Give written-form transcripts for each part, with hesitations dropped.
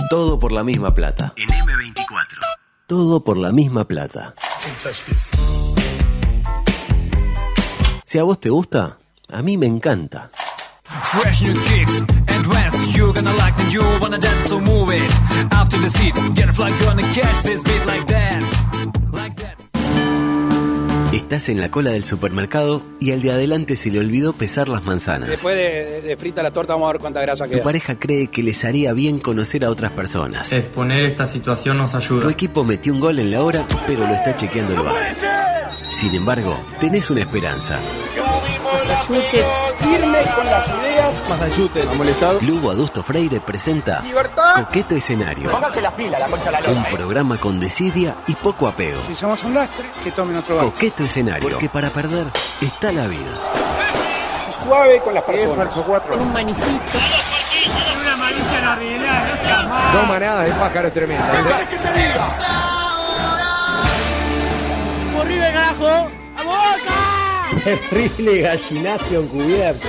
Todo por la misma plata. En M24. Todo por la misma plata. Si a vos te gusta, a mí me encanta. Fresh new kicks and trance, you're gonna like the you wanna dance, so move it after the seat, get a flag, gonna catch this beat like that, like that. Estás en la cola del supermercado y al de adelante se le olvidó pesar las manzanas. Después de frita la torta vamos a ver cuánta grasa queda. Tu pareja cree que les haría bien conocer a otras personas. Exponer esta situación nos ayuda. Tu equipo metió un gol en la hora, pero lo está chequeando el VAR. Sin embargo, tenés una esperanza. Massachusetts, firme con las ideas. Massachusetts, ¿ha molestado? Lugo Adusto Freire presenta Libertad. Coqueto Escenario. Pónganse las pilas, la concha de la lora. Un programa con desidia y poco apego. Si somos un lastre, que tomen otro barco. Coqueto Escenario, porque para perder está la vida. Suave con las personas. Con un manicito. Una malicia en la realidad, no seas mal. Dos manadas de pájaros tremendas. ¿Qué te diga? ¡Corribe, carajo! ¡A Boca! Terrible gallinazo encubierto.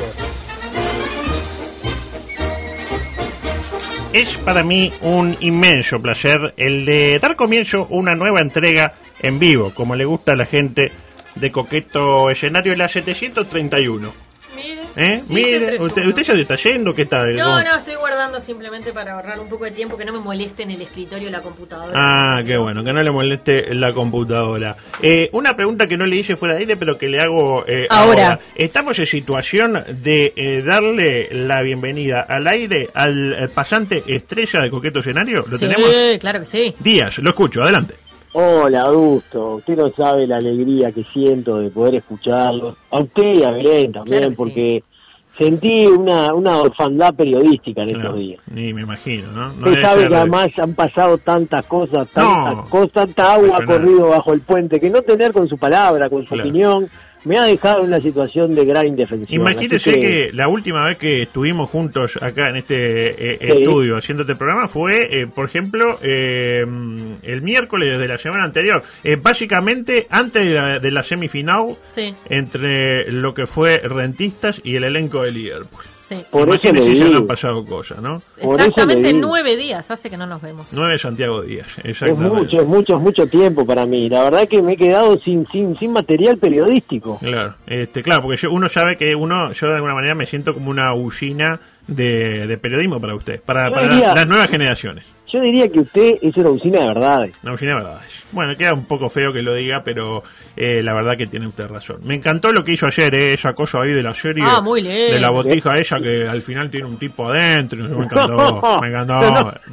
Es para mí un inmenso placer el de dar comienzo a una nueva entrega en vivo, como le gusta a la gente de Coqueto Escenario, la 731. Mire, usted ya se está yendo, ¿qué tal? No, estoy guardando simplemente para ahorrar un poco de tiempo, que no me moleste en el escritorio la computadora. Ah, qué bueno, que no le moleste la computadora. Una pregunta que no le hice fuera de aire, pero que le hago ahora. ¿Estamos en situación de darle la bienvenida al aire al pasante estrella de Coqueto Escenario? ¿Lo tenemos? Sí, claro que sí. Díaz, lo escucho, adelante. Hola, Augusto. Usted no sabe la alegría que siento de poder escucharlo. A usted y a Belén también, Claro que porque sentí una orfandad periodística en estos días. Ni me imagino, ¿no? Usted sabe que además han pasado tantas cosas, tanta agua ha corrido bajo el puente, que no tener con su palabra, con su opinión, me ha dejado en una situación de gran indefensión. Imagínese que la última vez que estuvimos juntos acá en este estudio haciendo este programa fue, por ejemplo, el miércoles de la semana anterior, básicamente antes de la semifinal entre lo que fue Rentistas y el elenco de Liverpool. Sí. Imagínese si ya no han pasado cosas, ¿no? Exactamente 9 días hace que no nos vemos. 9 Santiago Díaz, exactamente. Es mucho tiempo para mí. La verdad que me he quedado sin material periodístico. Claro, claro, porque uno sabe que yo de alguna manera me siento como una usina de periodismo para usted, para las nuevas generaciones. Yo diría que usted es una usina de verdades. Una usina de verdades. Bueno, queda un poco feo que lo diga, pero la verdad que tiene usted razón. Me encantó lo que hizo ayer, esa cosa ahí de la serie. Muy lindo. De la botija esa que al final tiene un tipo adentro. Me encantó, me encantó.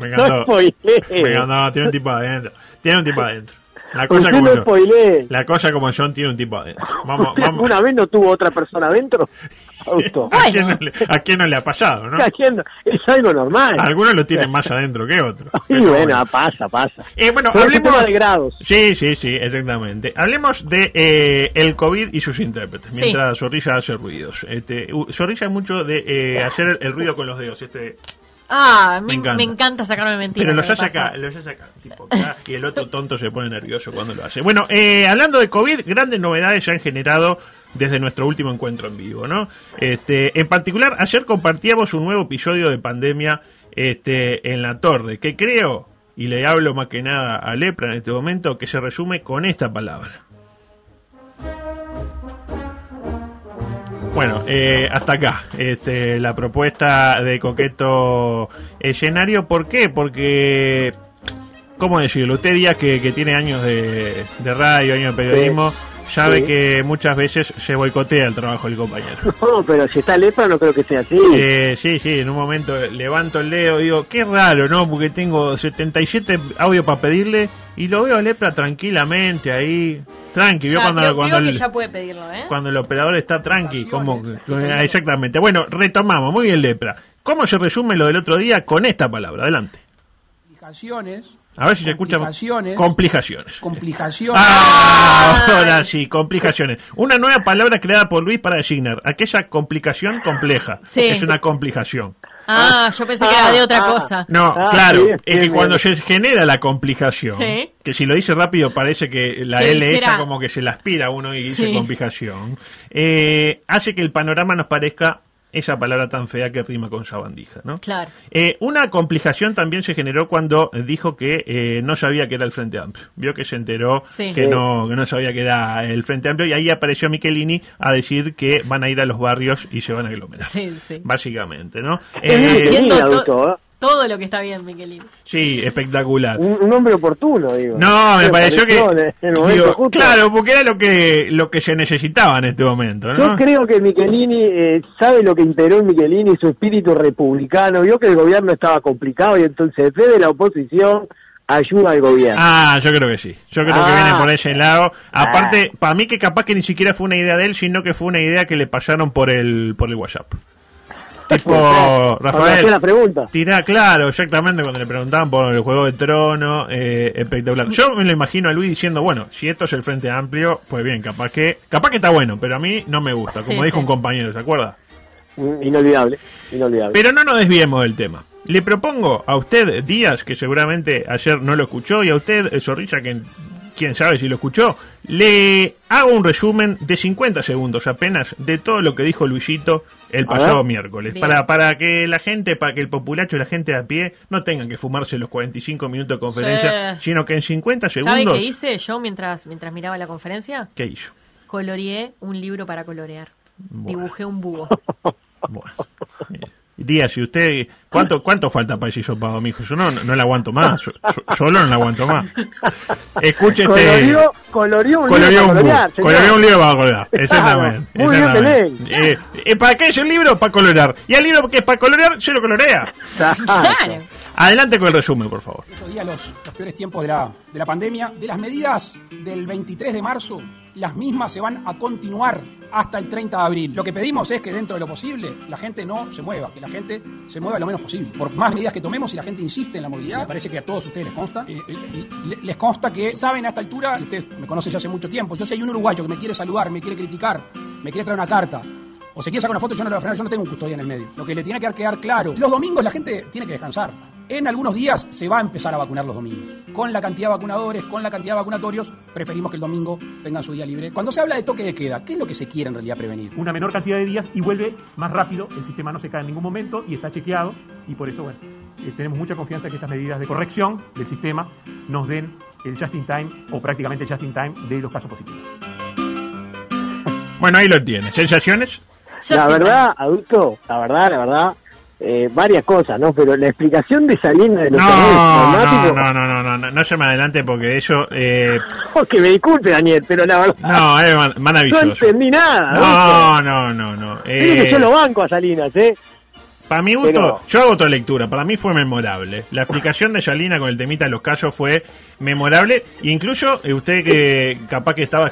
Tiene un tipo adentro. La cosa como son tiene un tipo adentro. Vamos. ¿Una vez no tuvo otra persona adentro? Augusto. ¿A quién no le ha pasado, no? Es algo normal. Algunos lo tienen más adentro que otros. Y bueno, pasa. Bueno, hablemos de grados. Sí, exactamente. Hablemos de el COVID y sus intérpretes. Mientras Zorrilla hace ruidos. Zorrilla es mucho de hacer el ruido con los dedos. Me encanta sacarme mentiras. Pero los hace acá, tipo acá, y el otro tonto se pone nervioso cuando lo hace. Bueno, hablando de COVID, grandes novedades se han generado desde nuestro último encuentro en vivo, ¿no? En particular, ayer compartíamos un nuevo episodio de pandemia en la torre, que creo, y le hablo más que nada a Lepra en este momento, que se resume con esta palabra. Bueno, hasta acá la propuesta de Coqueto Escenario. ¿Por qué? Porque, ¿cómo decirlo? Usted Díaz que tiene años de radio, años de periodismo, sabe que muchas veces se boicotea el trabajo del compañero. No, pero si está Lepra no creo que sea así. Sí, en un momento levanto el dedo y digo, qué raro, ¿no? Porque tengo 77 audios para pedirle y lo veo a Lepra tranquilamente ahí, tranqui. Creo que ya puede pedirlo, cuando el operador está tranqui, exactamente. Bueno, retomamos, muy bien Lepra. ¿Cómo se resume lo del otro día con esta palabra? Adelante. A ver si se escucha. Complicaciones. Ahora sí, complicaciones. Una nueva palabra creada por Luis para designar aquella complicación compleja. Es una complicación. Yo pensé que era de otra cosa. No, claro, es que cuando se genera la complicación, que si lo dice rápido parece que la L esa como que se la aspira a uno y dice complicación, hace que el panorama nos parezca esa palabra tan fea que rima con sabandija, ¿no? Claro. Una complicación también se generó cuando dijo que no sabía que era el Frente Amplio. Vio que se enteró que no sabía que era el Frente Amplio, y ahí apareció Michelini a decir que van a ir a los barrios y se van a aglomerar. Sí. Básicamente, ¿no? Haciendo todo lo que está bien, Michelini. Sí, espectacular. Un hombre oportuno, digo. No, me pareció que... Digo, claro, porque era lo que se necesitaba en este momento, ¿no? Yo creo que Michelini sabe lo que imperó en Michelini, su espíritu republicano. Vio que el gobierno estaba complicado y entonces desde la oposición ayuda al gobierno. Yo creo que sí. Yo creo que viene por ese lado. Aparte, para mí que capaz que ni siquiera fue una idea de él, sino que fue una idea que le pasaron por el WhatsApp. Tipo, Rafael, la pregunta. Tira, claro, exactamente, cuando le preguntaban por el Juego de Tronos, espectacular. Yo me lo imagino a Luis diciendo, bueno, si esto es el Frente Amplio, pues bien, capaz que está bueno, pero a mí no me gusta, como dijo un compañero, ¿se acuerda? Inolvidable. Pero no nos desviemos del tema. Le propongo a usted, Díaz, que seguramente ayer no lo escuchó, y a usted, Zorrilla, que quién sabe si lo escuchó, le hago un resumen de 50 segundos apenas de todo lo que dijo Luisito el pasado miércoles, para que la gente, para que el populacho y la gente de a pie no tengan que fumarse los 45 minutos de conferencia, sino que en 50 segundos... ¿Sabe qué hice yo mientras miraba la conferencia? ¿Qué hizo? Coloreé un libro para colorear. Bueno. Dibujé un búho. Bueno. Díaz, si usted... ¿Cuánto falta para ese hisopado, mijo? Yo no la aguanto más. Solo no la aguanto más. Escuche Coloreó un libro para colorear. Exactamente. Muy bien, Belén. ¿Para qué es el libro? Para colorear. Y el libro que es para colorear, se lo colorea. Claro. Adelante con el resumen, por favor. Estos días los peores tiempos de la pandemia, de las medidas del 23 de marzo, las mismas se van a continuar hasta el 30 de abril. Lo que pedimos es que dentro de lo posible la gente no se mueva, que la gente se mueva lo menos posible. Por más medidas que tomemos, si la gente insiste en la movilidad, me parece que a todos ustedes les consta que saben a esta altura, ustedes me conocen ya hace mucho tiempo, yo si hay un uruguayo que me quiere saludar, me quiere criticar, me quiere traer una carta, o se quiere sacar una foto, yo no le voy a frenar, yo no tengo un custodia en el medio. Lo que le tiene que quedar claro, los domingos la gente tiene que descansar. En algunos días se va a empezar a vacunar los domingos. Con la cantidad de vacunadores, con la cantidad de vacunatorios, preferimos que el domingo tengan su día libre. Cuando se habla de toque de queda, ¿qué es lo que se quiere en realidad prevenir? Una menor cantidad de días y vuelve más rápido, el sistema no se cae en ningún momento y está chequeado, y por eso, tenemos mucha confianza en que estas medidas de corrección del sistema nos den el just in time, o prácticamente el just in time, de los casos positivos. Bueno, ahí lo tiene. ¿Sensaciones? La verdad, adulto, la verdad, varias cosas, ¿no? Pero la explicación de Salinas de los no se me adelante porque eso... que me disculpe, Daniel, pero la verdad... No, es maravilloso. No entendí nada. No. Tiene que yo lo banco a Salinas, Para mi gusto, yo hago otra lectura. Para mí fue memorable. La explicación de Yalina con el temita de los casos fue memorable. Incluso usted que capaz que estaba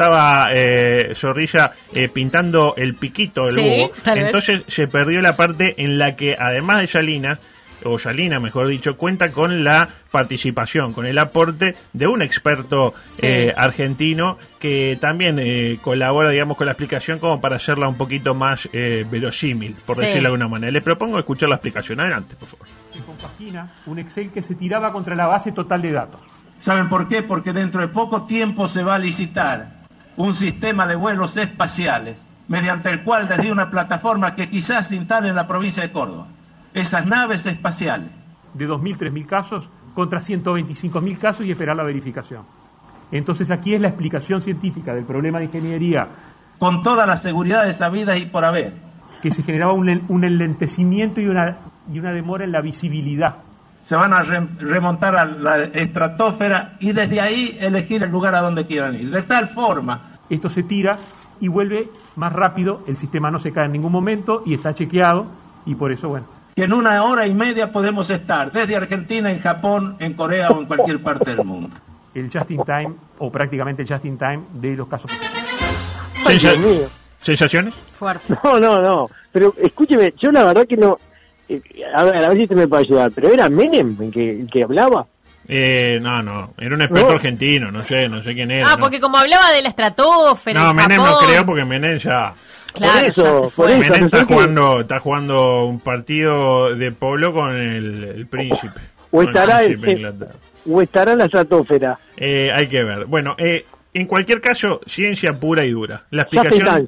Zorrilla pintando el piquito del búho. Entonces se perdió la parte en la que, además de Yalina, o Yalina mejor dicho, cuenta con la participación, con el aporte de un experto argentino que también colabora, digamos, con la explicación como para hacerla un poquito más verosímil, por decirlo de alguna manera. Les propongo escuchar la explicación. Adelante, por favor. Compagina un Excel que se tiraba contra la base total de datos. ¿Saben por qué? Porque dentro de poco tiempo se va a licitar un sistema de vuelos espaciales mediante el cual desde una plataforma que quizás se instale en la provincia de Córdoba, esas naves espaciales. De 2.000, 3.000 casos contra 125.000 casos y esperar la verificación. Entonces aquí es la explicación científica del problema de ingeniería. Con todas las seguridades habidas y por haber. Que se generaba un enlentecimiento y una demora en la visibilidad. Se van a remontar a la estratosfera y desde ahí elegir el lugar a donde quieran ir. De tal forma. Esto se tira y vuelve más rápido, el sistema no se cae en ningún momento y está chequeado y por eso, que en 1 hora y media podemos estar desde Argentina, en Japón, en Corea o en cualquier parte del mundo. El just in time, o prácticamente el just in time de los casos. ¿Sensaciones? Fuerte. No. Pero escúcheme, yo la verdad que no... a ver si usted me puede ayudar, pero ¿era Menem el que hablaba? No, era un experto argentino, no sé quién era. Porque como hablaba de la estratosfera. No, Menem no creo porque Menem ya... Claro, por eso, ya se fue. Menem está jugando un partido de polo con el príncipe. O estará en la estratosfera. Hay que ver. Bueno, En cualquier caso, ciencia pura y dura. La explicación...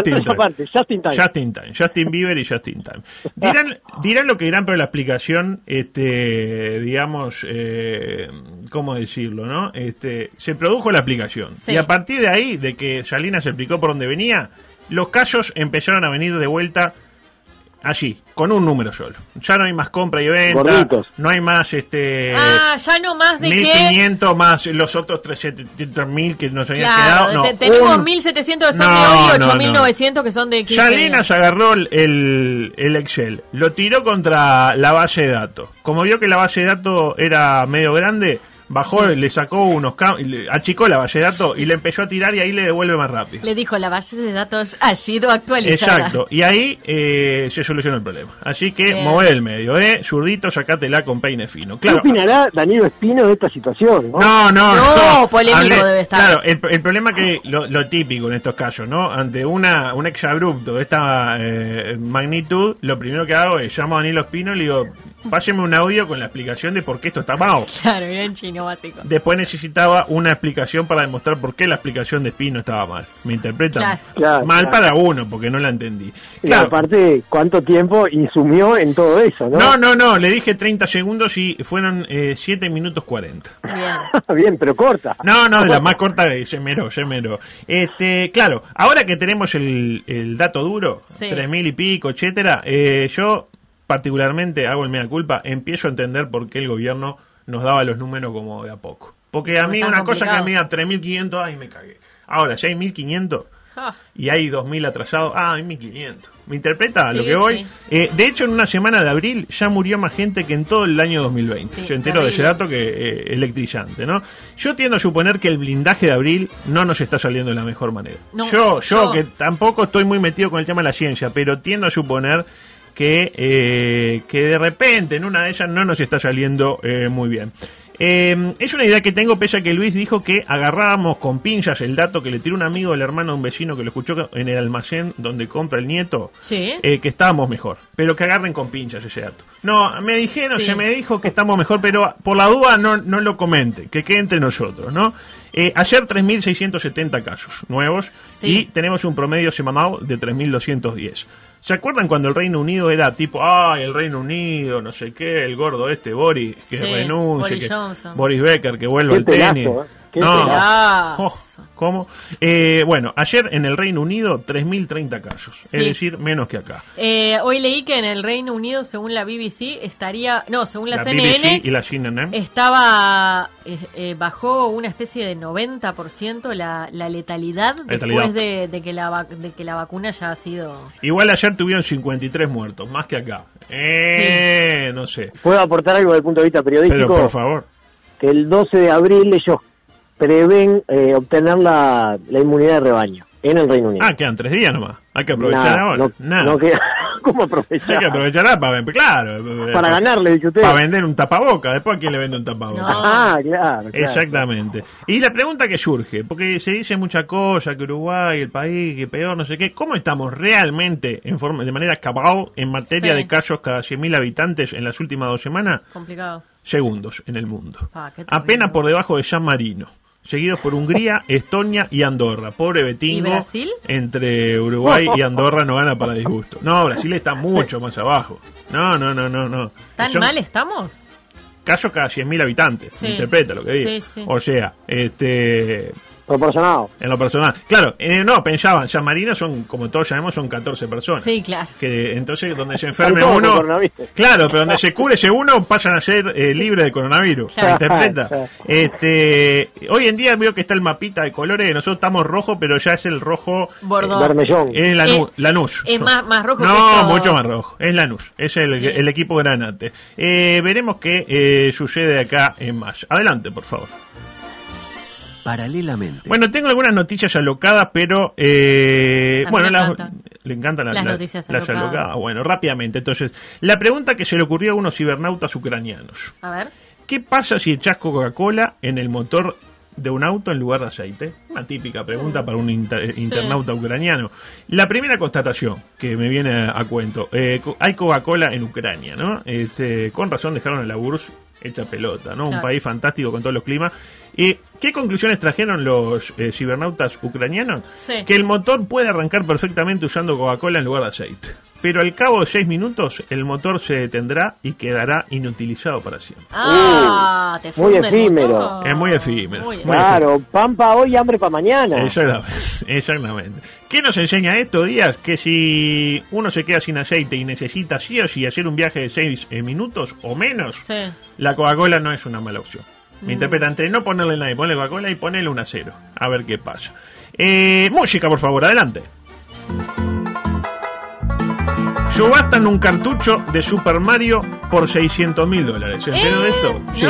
Justin Time. Justin Bieber y Justin Time. Dirán lo que dirán, pero la explicación, digamos, ¿cómo decirlo, no? Se produjo la aplicación. Sí. Y a partir de ahí, de que Salinas explicó por dónde venía, los casos empezaron a venir de vuelta allí, con un número solo. Ya no hay más compra y venta. Gorditos. No hay más, ya no más de 1.500 más los otros 300.000 que nos habían Claro, quedado. No, tenemos 1.700 que son de hoy y 8.900 que son de... Salinas agarró el Excel, lo tiró contra la base de datos. Como vio que la base de datos era medio grande, bajó, le sacó unos achicó la base de datos y le empezó a tirar y ahí le devuelve más rápido. Le dijo, la base de datos ha sido actualizada. Exacto, y ahí se solucionó el problema. Así que Bien. mover el medio, zurdito, sacátela con peine fino. ¿Qué Claro. opinará Danilo Espino de esta situación? No, polémico debe estar. Claro, el problema que lo típico en estos casos, ¿no? Ante un exabrupto de esta magnitud, lo primero que hago es llamo a Danilo Espino y le digo, páseme un audio con la explicación de por qué esto está mal. Claro, era en chino básico. Después necesitaba una explicación para demostrar por qué la explicación de Espino estaba mal. ¿Me interpretan? Claro, mal claro. para uno, porque no la entendí. Y Claro. aparte, ¿cuánto tiempo insumió en todo eso, no? No, le dije 30 segundos y fueron 7 minutos 40. Bien. Bien, pero corta. No, de la más corta, se meró. Claro, ahora que tenemos el dato duro, Sí. 3.000 y pico, etcétera, yo particularmente hago el mea culpa, empiezo a entender por qué el gobierno nos daba los números como de a poco. Porque a Como mí tan una cosa que complicado. me da 3.500, ay, me cagué. Ahora, si hay 1.500 Ah, y hay 2.000 atrasados, hay 1.500. ¿Me interpreta lo Sí, que voy? sí. De hecho, en una semana de abril ya murió más gente que en todo el año 2020. Sí, Yo entero de ese terrible. dato que electrizante, ¿no? Yo tiendo a suponer que el blindaje de abril no nos está saliendo de la mejor manera. No, yo yo- que tampoco estoy muy metido con el tema de la ciencia, pero tiendo a suponer que de repente en una de ellas no nos está saliendo muy bien. Es una idea que tengo, pese a que Luis dijo que agarrábamos con pinzas el dato que le tiró un amigo del hermano de un vecino que lo escuchó en el almacén donde compra el nieto, sí. que estábamos mejor, pero que agarren con pinzas ese dato. No, me dijeron, Sí. se me dijo que estamos mejor, pero por la duda no lo comente, que quede entre nosotros, ¿no? Ayer 3.670 casos nuevos Sí. y tenemos un promedio semanal de 3.210. ¿Se acuerdan cuando el Reino Unido era tipo, el Reino Unido, no sé qué, el gordo Boris, que Sí, renuncie, Boris que Johnson. Boris Becker, que vuelva Qué al pelazo, tenis? Qué No. pelazo. ¿Cómo? Bueno, ayer en el Reino Unido 3.030 casos, Sí. es decir, menos que acá. Hoy leí que en el Reino Unido, según la BBC, según la CNN, BBC y la CNN. estaba bajó una especie de 90% la letalidad después de que la vacuna ya ha sido... Igual ayer tuvieron 53 muertos, más que acá. No sé. ¿Puedo aportar algo desde el punto de vista periodístico? Pero por favor. Que el 12 de abril ellos prevén obtener la inmunidad de rebaño en el Reino Unido. Quedan 3 días nomás. Hay que aprovechar Nada, ahora. no queda. ¿Cómo aprovechar? Hay que aprovechar para claro. Para ganarle, dice usted. Para vender un tapaboca. Después, ¿a quién le vende un tapaboca? Claro. Exactamente. Y la pregunta que surge, porque se dice mucha cosa, que Uruguay, el país, que peor, no sé qué. ¿Cómo estamos realmente, de manera cabal, en materia Sí. de casos cada 100.000 habitantes en las últimas 2 semanas? Complicado. Segundos en el mundo. Qué terrible. Apenas por debajo de San Marino. Seguidos por Hungría, Estonia y Andorra. Pobre Betingo. ¿Y Brasil? Entre Uruguay y Andorra no gana para disgusto. No, Brasil está mucho más abajo. No. ¿Tan Son mal estamos? casos cada 100.000 habitantes. Sí. Interpreta lo que digo. Sí, sí. O sea, proporcionado. En lo personal. Claro, no, pensaban, San Marino son, como todos sabemos, son 14 personas. Sí, claro. Que entonces donde se enferme Son todos uno, con coronavirus. claro, pero donde se cure ese uno pasan a ser libres de coronavirus. Claro. ¿Me interpreta? Hoy en día veo que está el mapita de colores, nosotros estamos rojo, pero ya es el rojo Bordó. Vermellón. es Lanús. Es más rojo que No, estos- mucho más rojo. Es Lanús. Es el equipo granate. Veremos qué sucede acá en mayo. Adelante, por favor. Paralelamente. Bueno, tengo algunas noticias alocadas, pero bueno, le encantan las noticias alocadas. alocadas. Bueno, rápidamente. Entonces, la pregunta que se le ocurrió a unos cibernautas ucranianos. A ver. ¿Qué pasa si echas Coca-Cola en el motor de un auto en lugar de aceite? Una típica pregunta para un internauta ucraniano. La primera constatación que me viene a cuento, hay Coca-Cola en Ucrania, ¿no? Con razón dejaron a la URSS hecha pelota, ¿no? Claro. Un país fantástico con todos los climas. Y ¿Qué conclusiones trajeron los cibernautas ucranianos? Sí. Que el motor puede arrancar perfectamente usando Coca-Cola en lugar de aceite. Pero al cabo de 6 minutos, el motor se detendrá y quedará inutilizado para siempre. Te muy funde el efímero. motor. Es muy efímero. Muy Muy Claro, pan para hoy, hambre para mañana. Exactamente. ¿Qué nos enseña esto, Díaz? Que si uno se queda sin aceite y necesita sí o sí hacer un viaje de 6 minutos o menos, Sí. la Coca-Cola no es una mala opción. Me interpreta entre no ponerle nada y ponerle Coca-Cola y ponerle un acero. A ver qué pasa. Música, por favor, adelante. Subastan un cartucho de Super Mario por $600.000. ¿Se enteró de esto? Sí.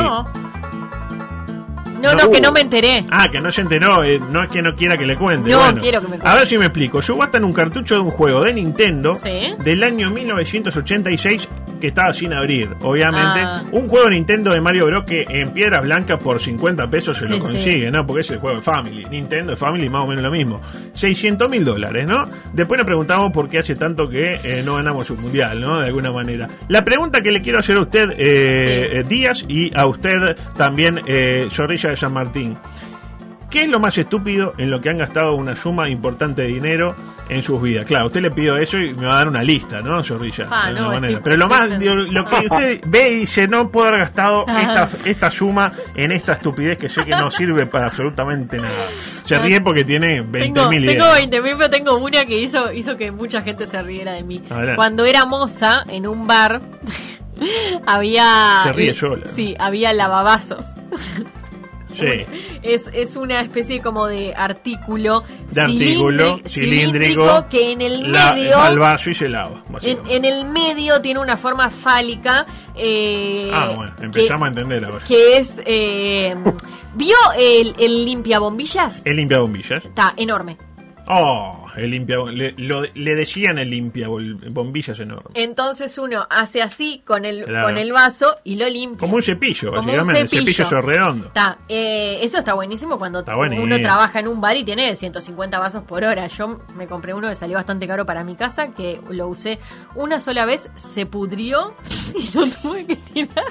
No, que no me enteré. Que no se enteró. No es que no quiera que le cuente. No, bueno, quiero que me cuente. A ver si me explico. Subastan un cartucho de un juego de Nintendo Sí. del año 1986 que estaba sin abrir. Obviamente, Ah. un juego de Nintendo de Mario Bros. Que en piedras blancas por $50 se Sí, lo consigue, sí. ¿no? Porque es el juego de Family. Nintendo de Family más o menos lo mismo. $600.000, ¿no? Después nos preguntamos por qué hace tanto que no ganamos un mundial, ¿no? De alguna manera. La pregunta que le quiero hacer a usted, Díaz, y a usted también, Zorrilla de San Martín. ¿Qué es lo más estúpido en lo que han gastado una suma importante de dinero en sus vidas? Claro, usted le pidió eso y me va a dar una lista, ¿no, Zorrilla? De alguna manera. Pero lo más, lo que usted ve y dice, no puedo haber gastado esta suma en esta estupidez que sé que no sirve para absolutamente nada. Se ríe porque tiene 20.000 ideas. Tengo 20.000, pero tengo una que hizo que mucha gente se riera de mí. Adelante. Cuando era moza en un bar, había... Se ríe sola. Sí, había lavavasos. Sí. Es una especie como de artículo, cilíndrico que en el medio al vaso y se lava. en el medio tiene una forma fálica. Bueno, empezamos a entender ahora. Que es ¿vio el limpiabombillas? El limpiabombillas. Está enorme. El le decían el limpiabombillas enorme. Entonces uno hace así con el Claro. vaso y lo limpia. Como un cepillo, Como básicamente. un cepillo. El cepillo es redondo. Está, eso está buenísimo cuando Está buenísimo. uno trabaja en un bar y tiene 150 vasos por hora. Yo me compré uno que salió bastante caro para mi casa, que lo usé una sola vez, se pudrió y lo tuve que tirar.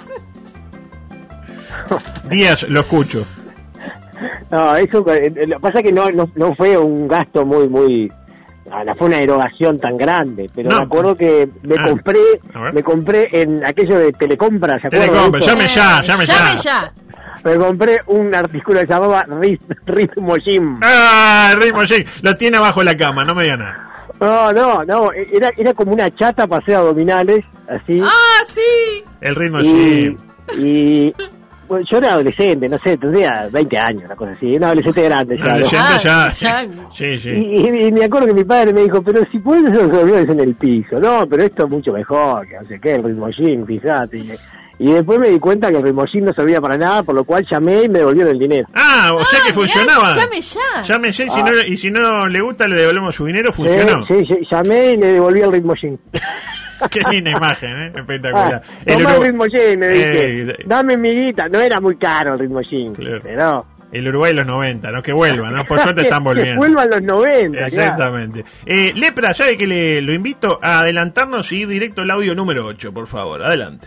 Díaz, lo escucho. No, eso lo que pasa es que no fue un gasto muy no fue una erogación tan grande, pero No. me acuerdo que me compré en aquello de Telecompra, ¿se acuerdan? Telecompra, llame ya. Me compré un artículo que se llamaba Ritmo Gym. Ritmo Gym, lo tiene abajo de la cama, no me diga nada. No, era como una chata para hacer abdominales, así. Sí. El Ritmo Gym. Y bueno, yo era adolescente, no sé, tendría 20 años, una cosa así, un adolescente grande ya. Adolescente ya. Sí. Y me acuerdo que mi padre me dijo, pero si puedes hacer los aviones en el piso, no, pero esto es mucho mejor, que no sé qué, el Ritmo Gym, fíjate. Y después me di cuenta que el Ritmo Gym no servía para nada, por lo cual llamé y me devolvieron el dinero. O sea que funcionaba. Llame ya. Llame ya y si no le gusta le devolvemos su dinero, funcionó. Sí, llamé y le devolví el Ritmo Gym. Qué linda imagen, espectacular. Toma el Ritmo Gym, me dije. Dame mi guita. No era muy caro el Ritmo Gym, pero... El Uruguay los 90, ¿no? Que vuelvan, ¿no? Por suerte están volviendo. Que vuelvan los 90, exactamente. Claro. Lepra, ¿sabe que lo invito a adelantarnos y ir directo al audio número 8, por favor? Adelante.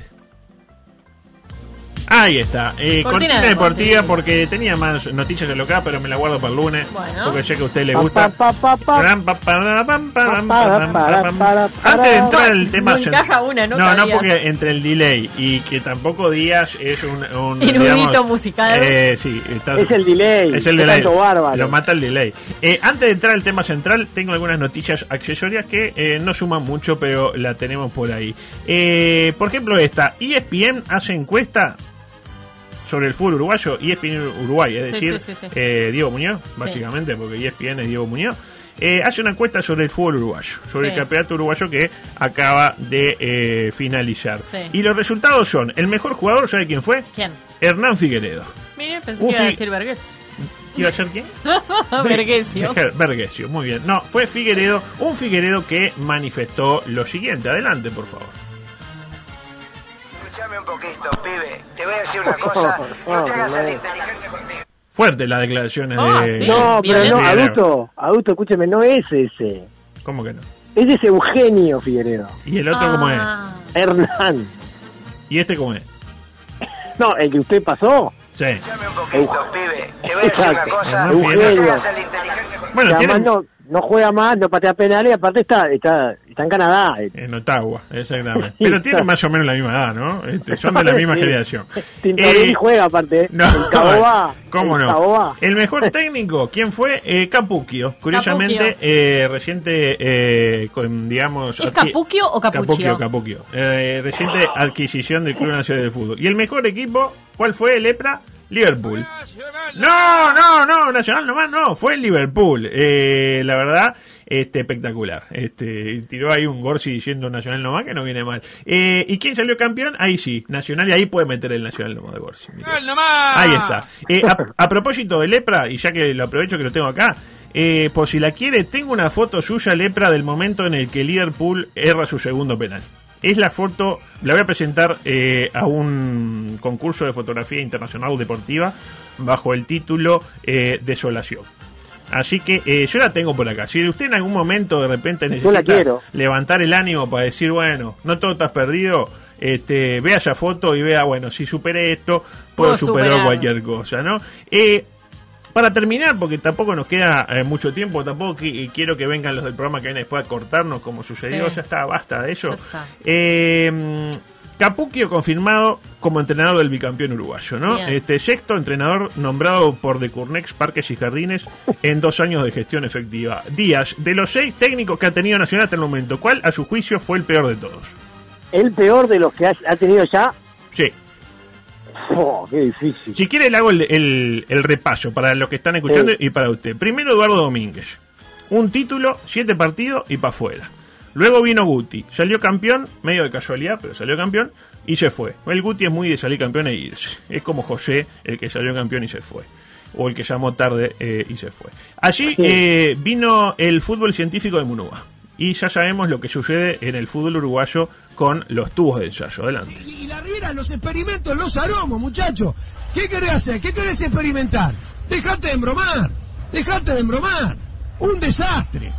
Ahí está, cortina deportiva, porque tenía más noticias de local, pero me la guardo para el lunes, porque sé que a usted le gusta. Antes de entrar al tema, no, porque entre el delay y que tampoco Díaz es un erudito musical. Sí, es el delay. Es el delay. Bárbaro. Lo mata el delay. Antes de entrar al tema central, tengo algunas noticias accesorias que no suman mucho, pero la tenemos por ahí. Por ejemplo, esta ESPN hace encuesta sobre el fútbol uruguayo, ESPN Uruguay, es decir, sí. Diego Muñoz, básicamente, porque ESPN es Diego Muñoz, hace una encuesta sobre el fútbol uruguayo, sobre el campeonato uruguayo que acaba de finalizar. Y los resultados son, el mejor jugador, ¿sabe quién fue? ¿Quién? Hernán Figueredo. Mire, pensé que iba a decir Vergesio. ¿Iba a ser quién? Vergesio, muy bien. No, fue Figueredo, un Figueredo que manifestó lo siguiente. Adelante, por favor. Escuchame un poquito, pibe. Te voy a decir una cosa. No te hagas el inteligente conmigo. Fuerte las declaraciones de... Sí, no, pero no, adulto, escúcheme, no es ese. ¿Cómo que no? Ese es Eugenio Figueredo. ¿Y el otro cómo es? Hernán. ¿Y este cómo es? No, el que usted pasó. Sí. Escuchame un poquito, pibe. Te voy a decir una cosa. Eugenio. No seas el inteligente. Bueno, que tiene... además no juega más, no patea penales, y aparte está en Canadá. En Ottawa, exactamente. Pero tienen más o menos la misma edad, ¿no? Son de la misma Sí. generación. Tintorelli juega aparte. No, El Caboba. ¿cómo el no? Caboba. El mejor técnico, ¿quién fue? Capucchio. Curiosamente, reciente, digamos... ¿Es Capucchio o Capuccio? Capucchio. Reciente adquisición del Club Nacional de Fútbol. ¿Y el mejor equipo? ¿Cuál fue, Lepra? Liverpool. No, Nacional nomás no, fue el Liverpool. La verdad, espectacular. Tiró ahí un Gorsi diciendo Nacional nomás, que no viene mal. ¿Y quién salió campeón? Ahí sí, Nacional, y ahí puede meter el Nacional nomás de Gorsi. Ahí está. A propósito de Lepra, y ya que lo aprovecho que lo tengo acá, por si la quiere, tengo una foto suya, Lepra, del momento en el que Liverpool erra su segundo penal. Es la foto, la voy a presentar a un concurso de fotografía internacional deportiva bajo el título Desolación. Así que yo la tengo por acá. Si usted en algún momento de repente necesita levantar el ánimo para decir, bueno, no todo estás perdido, vea esa foto y vea, bueno, si superé esto, puedo superar cualquier cosa, ¿no? Para terminar, porque tampoco nos queda mucho tiempo, tampoco quiero que vengan los del programa que vienen después a cortarnos, como sucedió, ya está, basta de eso. Capucchio confirmado como entrenador del bicampeón uruguayo, ¿no? Sexto entrenador nombrado por The Curnex Parques y Jardines en 2 años de gestión efectiva. Díaz, de los 6 técnicos que ha tenido Nacional hasta el momento, ¿cuál a su juicio fue el peor de todos? ¿El peor de los que ha tenido ya? Sí. Oh, qué difícil. Si quiere le hago el repaso para los que están escuchando y para usted. Primero Eduardo Domínguez. Un título, 7 partidos y para afuera. Luego vino Guti. Salió campeón, medio de casualidad, pero salió campeón y se fue. El Guti es muy de salir campeón e irse. Es como José, el que salió campeón y se fue. O el que llamó tarde y se fue. Allí vino el fútbol científico de Munúa. Y ya sabemos lo que sucede en el fútbol uruguayo con los tubos de ensayo. Adelante. Y la Riera, los experimentos, los aromos, muchachos. ¿Qué querés hacer? ¿Qué querés experimentar? Dejate de embromar. Un desastre.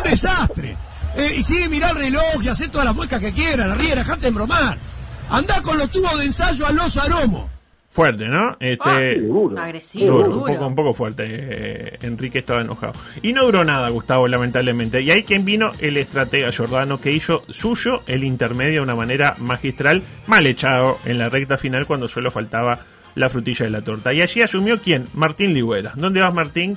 Y sí, mirá el reloj y hacé todas las muecas que quieras, la Riera, dejate de embromar. Andá con los tubos de ensayo a los aromos. Fuerte, ¿no? Agresivo, duro. Un poco fuerte. Enrique estaba enojado. Y no duró nada, Gustavo, lamentablemente. Y ahí quien vino, el estratega Giordano, que hizo suyo el intermedio de una manera magistral, mal echado en la recta final cuando solo faltaba la frutilla de la torta. Y allí asumió ¿quién? Martín Ligüera. ¿Dónde vas, Martín?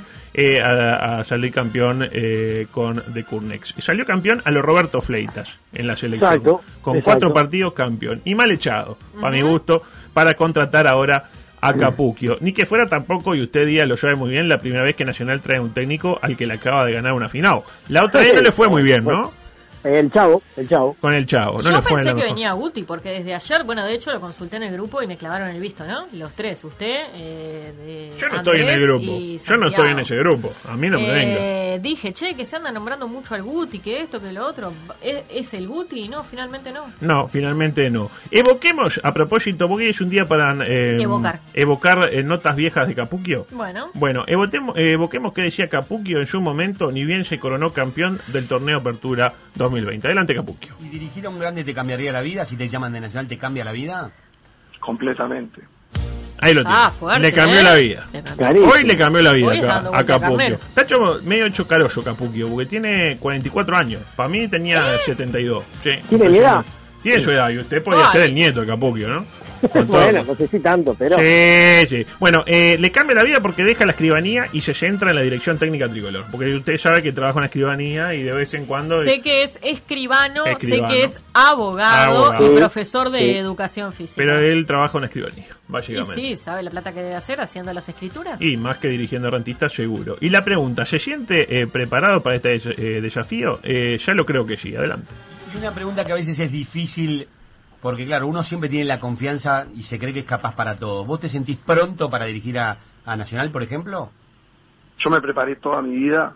A salir campeón con The Curnex. Salió campeón a lo Roberto Fleitas en la selección. Con 4 partidos campeón. Y mal echado, para mi gusto, para contratar ahora a Capucchio. Ni que fuera tampoco, y usted Díaz lo sabe muy bien, la primera vez que Nacional trae un técnico al que le acaba de ganar una final. La otra vez no le fue muy bien, ¿no? El Chavo. Con el Chavo. No Yo le fue pensé la que mejor. venía Guti, porque desde ayer, bueno, de hecho lo consulté en el grupo y me clavaron el visto, ¿no? Los 3, usted, Yo no estoy en el grupo. Yo no estoy en ese grupo. A mí no me venga. Dije, que se anda nombrando mucho al Guti, que esto, que lo otro. ¿Es el Guti? No, finalmente no. No, finalmente no. Evoquemos, a propósito, porque es un día para evocar notas viejas de Capucchio. Bueno, evoquemos qué decía Capucchio en su momento, ni bien se coronó campeón del torneo Apertura 2020. Adelante, Capucchio. ¿Y dirigir a un grande te cambiaría la vida? Si te llaman de Nacional, ¿te cambia la vida? Completamente. Ahí lo tiene. Fuerte, le cambió la vida. Hoy le cambió la vida a Capucchio. Está medio chocaroso Capucchio, porque tiene 44 años. Para mí tenía 72. Sí, ¿Tiene mi edad? Tiene su edad, y usted podría ser el nieto de Capucchio, ¿no? Bueno, no sé si tanto, pero... Sí. Bueno, le cambia la vida porque deja la escribanía y se centra en la dirección técnica tricolor. Porque usted sabe que trabaja en la escribanía y de vez en cuando... Sé que es escribano, sé que es abogado y profesor de educación física. Pero él trabaja en la escribanía, básicamente. Y sí, ¿sabe la plata que debe hacer haciendo las escrituras? Y más que dirigiendo rentistas, seguro. Y la pregunta, ¿se siente preparado para este desafío? Ya lo creo que sí, adelante. Y una pregunta que a veces es difícil... Porque claro, uno siempre tiene la confianza y se cree que es capaz para todo. ¿Vos te sentís pronto para dirigir a Nacional, por ejemplo? Yo me preparé toda mi vida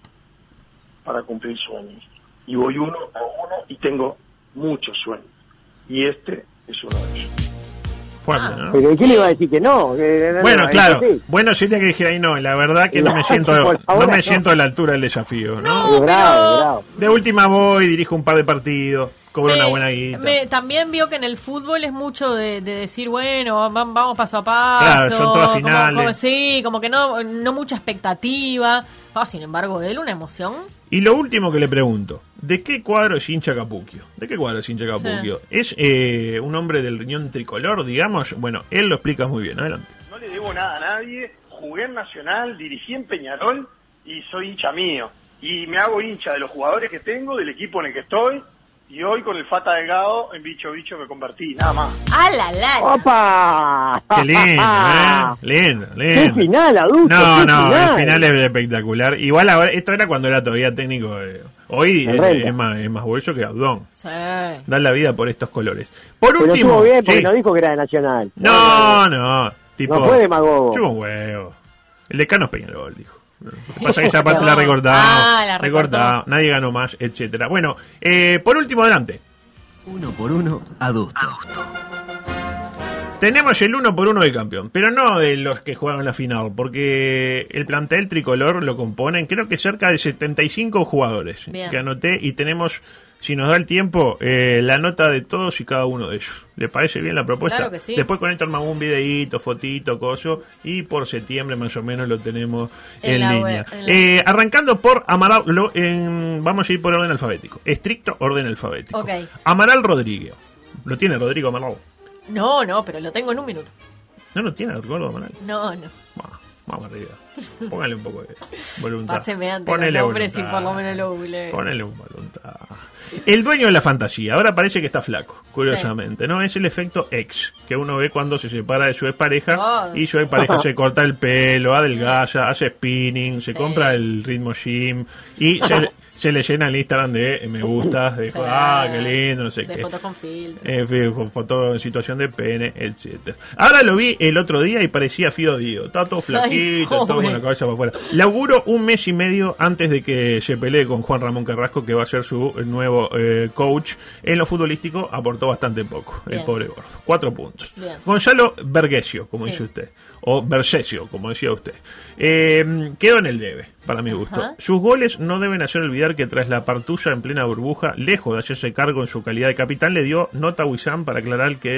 para cumplir sueños. Y voy uno a uno y tengo muchos sueños. Y este es uno de ellos. Fuerte, ¿no? Pero ¿quién le iba a decir que no? Bueno, claro. Bueno, si te que dijera ahí no, la verdad que no me siento a la altura del desafío, ¿no? Bravo. De última voy, dirijo un par de partidos. cobra una buena guita. También vio que en el fútbol es mucho de decir, bueno, vamos paso a paso. Claro, son todas finales. Como que no mucha expectativa. Sin embargo, de él una emoción. Y lo último que le pregunto, ¿de qué cuadro es hincha Capucchio? ¿Es un hombre del riñón tricolor, digamos? Bueno, él lo explica muy bien. Adelante. No le debo nada a nadie, jugué en Nacional, dirigí en Peñarol y soy hincha mío. Y me hago hincha de los jugadores que tengo, del equipo en el que estoy. Y hoy con el Fata Delgado en bicho me convertí, nada más. ¡Ala! ¡Opa! ¡Qué lindo, lindo! ¡Qué final, adulto! No, el final es espectacular. Igual ahora, esto era cuando era todavía técnico. Hoy es más bolso que Abdón. Sí. Dan la vida por estos colores. Por Pero último... estuvo bien porque no dijo que era de Nacional. No. Tipo, no fue demagogo. Chupa un huevo. El decano es Peñarol, dijo. Lo que pasa es que esa parte la recortado, nadie ganó más, etcétera. Bueno, por último, adelante. 1 por 1, adusto. Tenemos el 1 por 1 de campeón, pero no de los que jugaron la final, porque el plantel tricolor lo componen, creo que cerca de 75 jugadores. Bien. Que anoté, y tenemos, si nos da el tiempo, la nota de todos y cada uno de ellos. ¿Le parece bien la propuesta? Claro que sí. Después con esto armamos un videíto, fotito, coso, y por septiembre más o menos lo tenemos en línea. Arrancando por Amaral, vamos a ir por orden alfabético. Estricto orden alfabético. Okay. Amaral Rodríguez. ¿Lo tiene Rodrigo Amaral? No, pero lo tengo en un minuto. ¿No lo tiene el gordo Amaral? No. Vamos arriba. Póngale un poco de voluntad. Páseme antes los nombres y por lo menos lo google. Ponele un voluntad. El dueño de la fantasía. Ahora parece que está flaco, curiosamente. ¿No? Es el efecto ex, que uno ve cuando se separa de su expareja y su expareja se corta el pelo, adelgaza, hace spinning, se compra el ritmo gym y se le llena el Instagram de me gusta, de qué lindo, no sé qué. De fotos con filtro. Fotos en situación de pene, etcétera. Ahora lo vi el otro día y parecía Fido Dido. Estaba todo flaquito, todo con la cabeza para afuera. Le auguro un mes y medio antes de que se pelee con Juan Ramón Carrasco, que va a ser su nuevo coach. En lo futbolístico aportó bastante poco, el pobre gordo. 4 puntos. Bien. Gonzalo Vergesio, como dice usted. O Vergesio, como decía usted. Quedó en el debe, para mi gusto. Ajá. Sus goles no deben hacer olvidar que tras la partulla en plena burbuja, lejos de hacerse cargo en su calidad de capitán, le dio nota a Wissam para aclarar que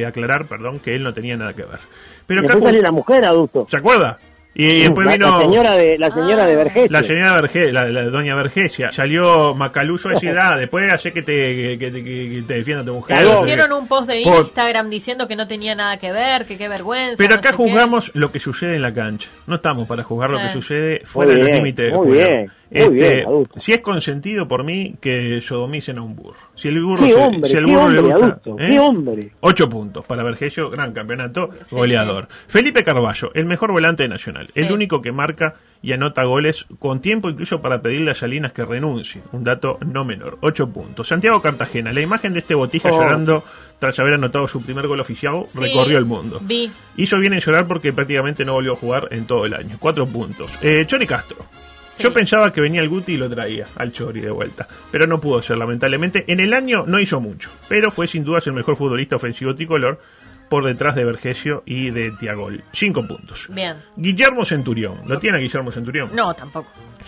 él no tenía nada que ver. Pero después salió la mujer, adulto. ¿Se acuerda? Y después vino la señora de Vergesio. La señora Vergesio, la doña Vergesia. Salió Macaluso a decir, después hace que te defienda tu mujer. Hicieron un post de Instagram diciendo que no tenía nada que ver, que qué vergüenza. Pero acá no sé juzgamos lo que sucede en la cancha. No estamos para juzgar lo que sucede fuera de los límites del muy juego. Bien. Muy bien, adulto. Si es consentido por mí, que sodomicen a un burro. Si el burro, ¿Qué hombre, si el burro le gusta, adulto, qué hombre. 8 puntos para Vergesio, gran campeonato, goleador. Felipe Carballo, el mejor volante de Nacional, el único que marca y anota goles con tiempo incluso para pedirle a Salinas que renuncie. Un dato no menor, 8 puntos. Santiago Cartagena, la imagen de este botija llorando tras haber anotado su primer gol oficial, recorrió el mundo. Hizo bien en llorar porque prácticamente no volvió a jugar en todo el año. 4 puntos. Chori Castro. Yo pensaba que venía el Guti y lo traía al Chori de vuelta, pero no pudo ser, lamentablemente. En el año no hizo mucho, pero fue sin dudas el mejor futbolista ofensivo tricolor, por detrás de Vergesio y de Tiagol. 5 puntos. Bien. Guillermo Centurión. ¿Lo tiene a Guillermo Centurión? No, tampoco.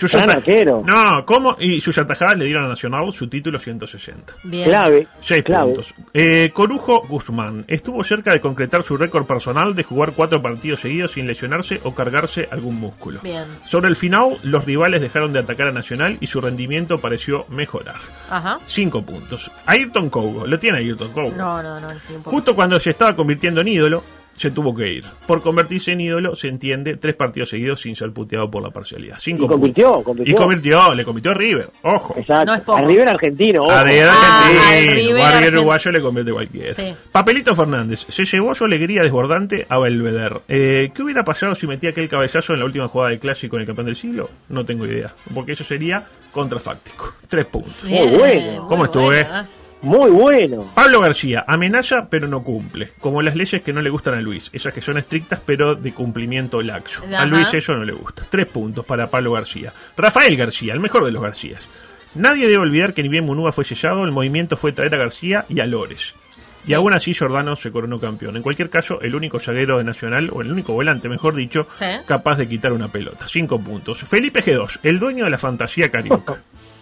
No, ¿cómo? Y sus atajadas le dieron a Nacional su título 160. Bien. Clave. 6 puntos. Corujo Guzmán estuvo cerca de concretar su récord personal de jugar 4 partidos seguidos sin lesionarse o cargarse algún músculo. Bien. Sobre el final, los rivales dejaron de atacar a Nacional y su rendimiento pareció mejorar. Ajá. 5 puntos. Ayrton Cougo. ¿Lo tiene Ayrton Cougo? No. Justo cuando se estaba convirtiendo en ídolo, se tuvo que ir. Por convertirse en ídolo, se entiende, 3 partidos seguidos sin ser puteado por la parcialidad. 5 puntos. Le convirtió a River. Ojo. Exacto. No es poco. A River argentino. Ojo. A River argentino. A River uruguayo le convierte cualquiera. Sí. Papelito Fernández. Se llevó su alegría desbordante a Belvedere. ¿Qué hubiera pasado si metía aquel cabezazo en la última jugada del Clásico en el campeón del siglo? No tengo idea. Porque eso sería contrafáctico. 3 puntos. Muy bueno. ¿Cómo estuve? Muy bueno. Pablo García, amenaza pero no cumple. Como las leyes que no le gustan a Luis. Esas que son estrictas pero de cumplimiento laxo. Ajá. A Luis eso no le gusta. 3 puntos para Pablo García. Rafael García, el mejor de los Garcías. Nadie debe olvidar que ni bien Munúa fue sellado, el movimiento fue traer a García y a Lores. Sí. Y aún así Giordano se coronó campeón. En cualquier caso, el único zaguero de Nacional, o el único volante, mejor dicho, capaz de quitar una pelota. 5 puntos. Felipe G2, el dueño de la fantasía carioca.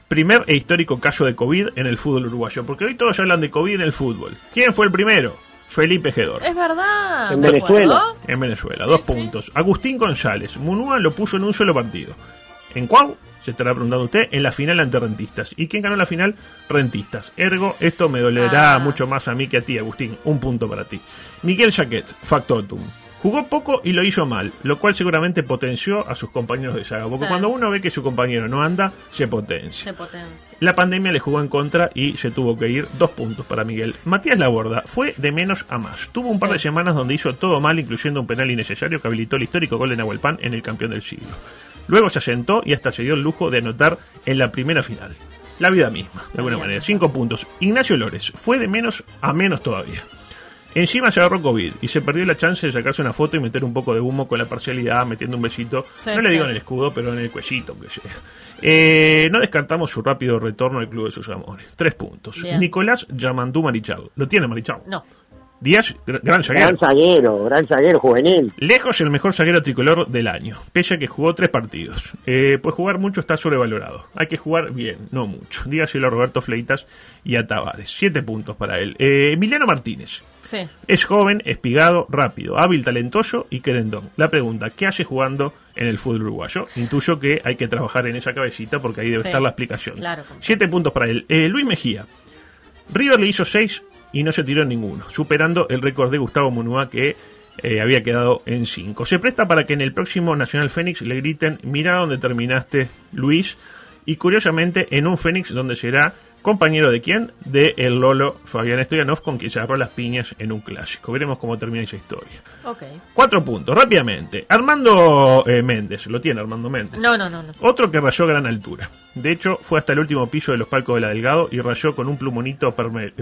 Primer e histórico caso de COVID en el fútbol uruguayo. Porque hoy todos hablan de COVID en el fútbol. ¿Quién fue el primero? Felipe Gedor. Es verdad. En Venezuela. En Venezuela, 2 puntos. Agustín González. Munúa lo puso en un solo partido. ¿En cuál? Se estará preguntando usted. En la final ante Rentistas. ¿Y quién ganó la final? Rentistas. Ergo, esto me dolerá mucho más a mí que a ti, Agustín. 1 punto para ti. Miguel Jaquet, factotum. Jugó poco y lo hizo mal, lo cual seguramente potenció a sus compañeros de saga. Porque cuando uno ve que su compañero no anda, se potencia. La pandemia le jugó en contra y se tuvo que ir. 2 puntos para Miguel. Matías Laborda fue de menos a más. Tuvo un par de semanas donde hizo todo mal, incluyendo un penal innecesario que habilitó el histórico gol de Nahuel Pan en el campeón del siglo. Luego se asentó y hasta se dio el lujo de anotar en la primera final. La vida misma, de alguna manera. 5 puntos. Ignacio Lores fue de menos a menos todavía. Encima se agarró COVID y se perdió la chance de sacarse una foto y meter un poco de humo con la parcialidad, metiendo un besito, no le digo en el escudo, pero en el cuellito, que sea. No descartamos su rápido retorno al club de sus amores. 3 puntos. Bien. Nicolás Yamandú Marichal. ¿Lo tiene Marichal? No. Díaz, gran zaguero. Gran zaguero, juvenil. Lejos el mejor zaguero tricolor del año, pese a que jugó 3 partidos. Pues jugar mucho está sobrevalorado. Hay que jugar bien, no mucho. Dígaselo a Roberto Fleitas y a Tavares. 7 puntos para él. Emiliano Martínez. Sí. Es joven, espigado, rápido, hábil, talentoso y querendón. La pregunta, ¿qué hace jugando en el fútbol uruguayo? Intuyo que hay que trabajar en esa cabecita porque ahí debe estar la explicación. Claro. 7 puntos para él. Luis Mejía. River le hizo 6 y no se tiró en ninguno, superando el récord de Gustavo Munúa que había quedado en 5. Se presta para que en el próximo Nacional Fénix le griten: mirá dónde terminaste, Luis. Y curiosamente en un Fénix donde será compañero de quién, de el Lolo Fabián Stoyanov, con quien se agarró las piñas en un clásico. Veremos cómo termina esa historia. 4 puntos, rápidamente. Armando Méndez, ¿lo tiene Armando Méndez? No. Otro que rayó a gran altura. De hecho, fue hasta el último piso de los palcos de la Delgado y rayó con un plumonito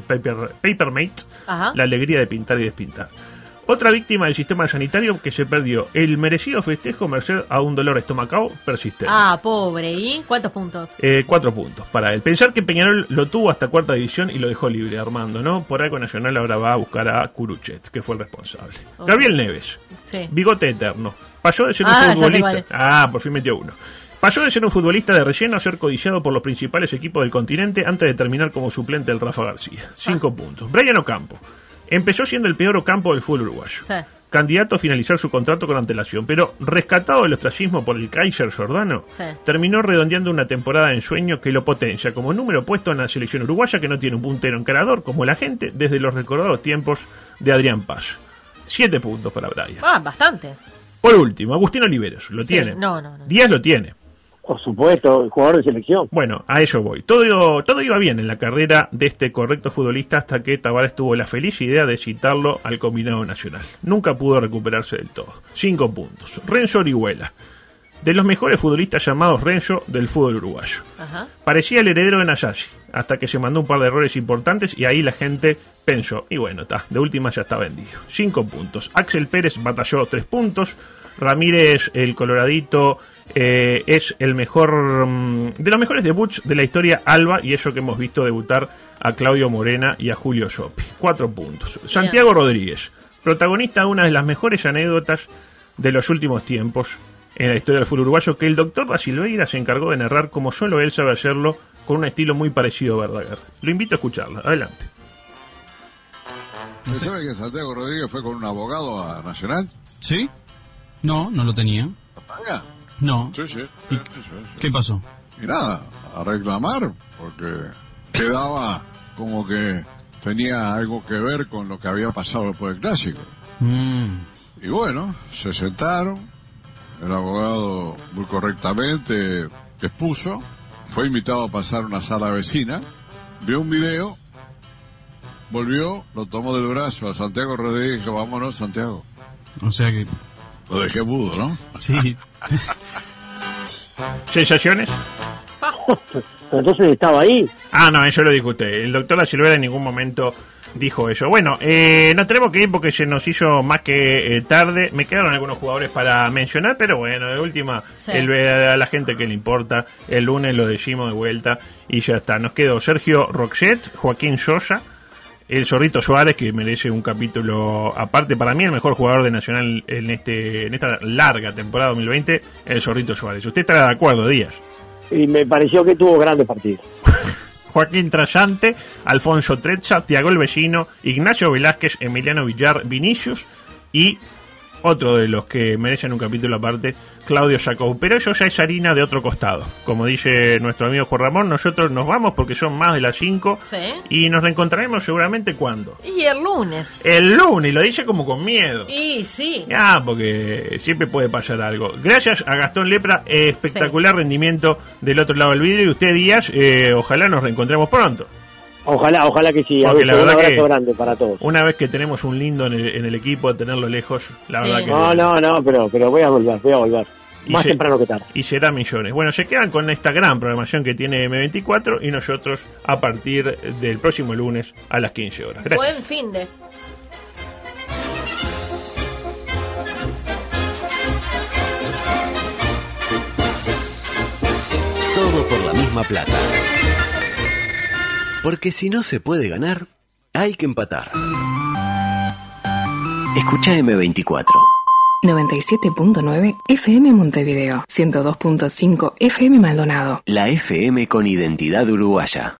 Papermate la alegría de pintar y despintar. Otra víctima del sistema sanitario que se perdió el merecido festejo merced a un dolor estomacal persistente. Pobre. ¿Y cuántos puntos? 4 puntos para él. Pensar que Peñarol lo tuvo hasta 4ª división y lo dejó libre, Armando, ¿no? Por algo Nacional ahora va a buscar a Curuchet, que fue el responsable. Gabriel Neves. Bigote eterno. Pasó de ser un futbolista... por fin metió uno. Pasó de ser un futbolista de relleno a ser codiciado por los principales equipos del continente antes de terminar como suplente del Rafa García. 5 puntos. Brian Ocampo. Empezó siendo el peor Ocampo del fútbol uruguayo. Candidato a finalizar su contrato con antelación, pero rescatado del ostracismo por el Kaiser Jordano, terminó redondeando una temporada de ensueño que lo potencia como número puesto en la selección uruguaya, que no tiene un puntero encarador como la gente desde los recordados tiempos de Adrián Paz. 7 puntos para Brian. Bastante. Por último, Agustín Oliveros, ¿lo tiene? No. Díaz lo tiene. Por supuesto, el jugador de selección. Bueno, a eso voy. Todo iba bien en la carrera de este correcto futbolista hasta que Tavares tuvo la feliz idea de citarlo al combinado nacional. Nunca pudo recuperarse del todo. 5 puntos. Renzo Orihuela. De los mejores futbolistas llamados Renzo del fútbol uruguayo. Parecía el heredero de Nayasi, hasta que se mandó un par de errores importantes y ahí la gente pensó, y bueno, de última ya está vendido. 5 puntos. Axel Pérez batalló 3 puntos. Ramírez, el coloradito, es el mejor de los mejores debuts de la historia Alba, y eso que hemos visto debutar a Claudio Morena y a Julio Sopi. 4 puntos. Santiago Rodríguez, protagonista de una de las mejores anécdotas de los últimos tiempos en la historia del fútbol uruguayo, que el doctor da Silveira se encargó de narrar como solo él sabe hacerlo, con un estilo muy parecido a Verdaguer. Lo invito a escucharla. Adelante. ¿Usted sabe que Santiago Rodríguez fue con un abogado a Nacional? ¿Sí? No lo tenía. ¿Sabía? No. Sí. ¿Qué pasó? Y nada, a reclamar, porque quedaba como que tenía algo que ver con lo que había pasado después del clásico. Y bueno, se sentaron, el abogado muy correctamente expuso, fue invitado a pasar a una sala vecina, vio un video, volvió, lo tomó del brazo a Santiago Rodríguez y dijo: vámonos, Santiago. O sea que... Lo dejé mudo, ¿no? Sí. ¿Sensaciones? Entonces estaba ahí. No, eso lo dijo usted. El doctor Da Silveira en ningún momento dijo eso. Bueno, nos tenemos que ir porque se nos hizo más que tarde. Me quedaron algunos jugadores para mencionar, pero bueno, de última, a la gente que le importa, el lunes lo decimos de vuelta y ya está. Nos quedó Sergio Roxette, Joaquín Sosa, el Zorrito Suárez, que merece un capítulo aparte. Para mí el mejor jugador de Nacional en esta larga temporada 2020, el Zorrito Suárez. ¿Usted está de acuerdo, Díaz? Y me pareció que tuvo grandes partidos. Joaquín Trallante, Alfonso Trezza, Tiago El Vecino, Ignacio Velázquez, Emiliano Villar, Vinicius y otro de los que merecen un capítulo aparte, Claudio Jacob. Pero eso ya es harina de otro costado. Como dice nuestro amigo Juan Ramón, nosotros nos vamos porque son más de las 5 y nos reencontraremos seguramente ¿cuándo? Y el lunes. El lunes, lo dice como con miedo. Y sí. Porque siempre puede pasar algo. Gracias a Gastón Lepra, espectacular rendimiento del otro lado del vidrio. Y usted, Díaz, ojalá nos reencontremos pronto. Ojalá que sí. Porque la un verdad abrazo que grande para todos. Una vez que tenemos un lindo en el equipo, tenerlo lejos, la verdad que... No, pero voy a volver. Más temprano que tarde. Y será millones. Bueno, se quedan con esta gran programación que tiene M24 y nosotros a partir del próximo lunes a las 15 horas. Gracias. Buen fin de... Todo por la misma plata. Porque si no se puede ganar, hay que empatar. Escucha M24. 97.9 FM Montevideo, 102.5 FM Maldonado. La FM con identidad uruguaya.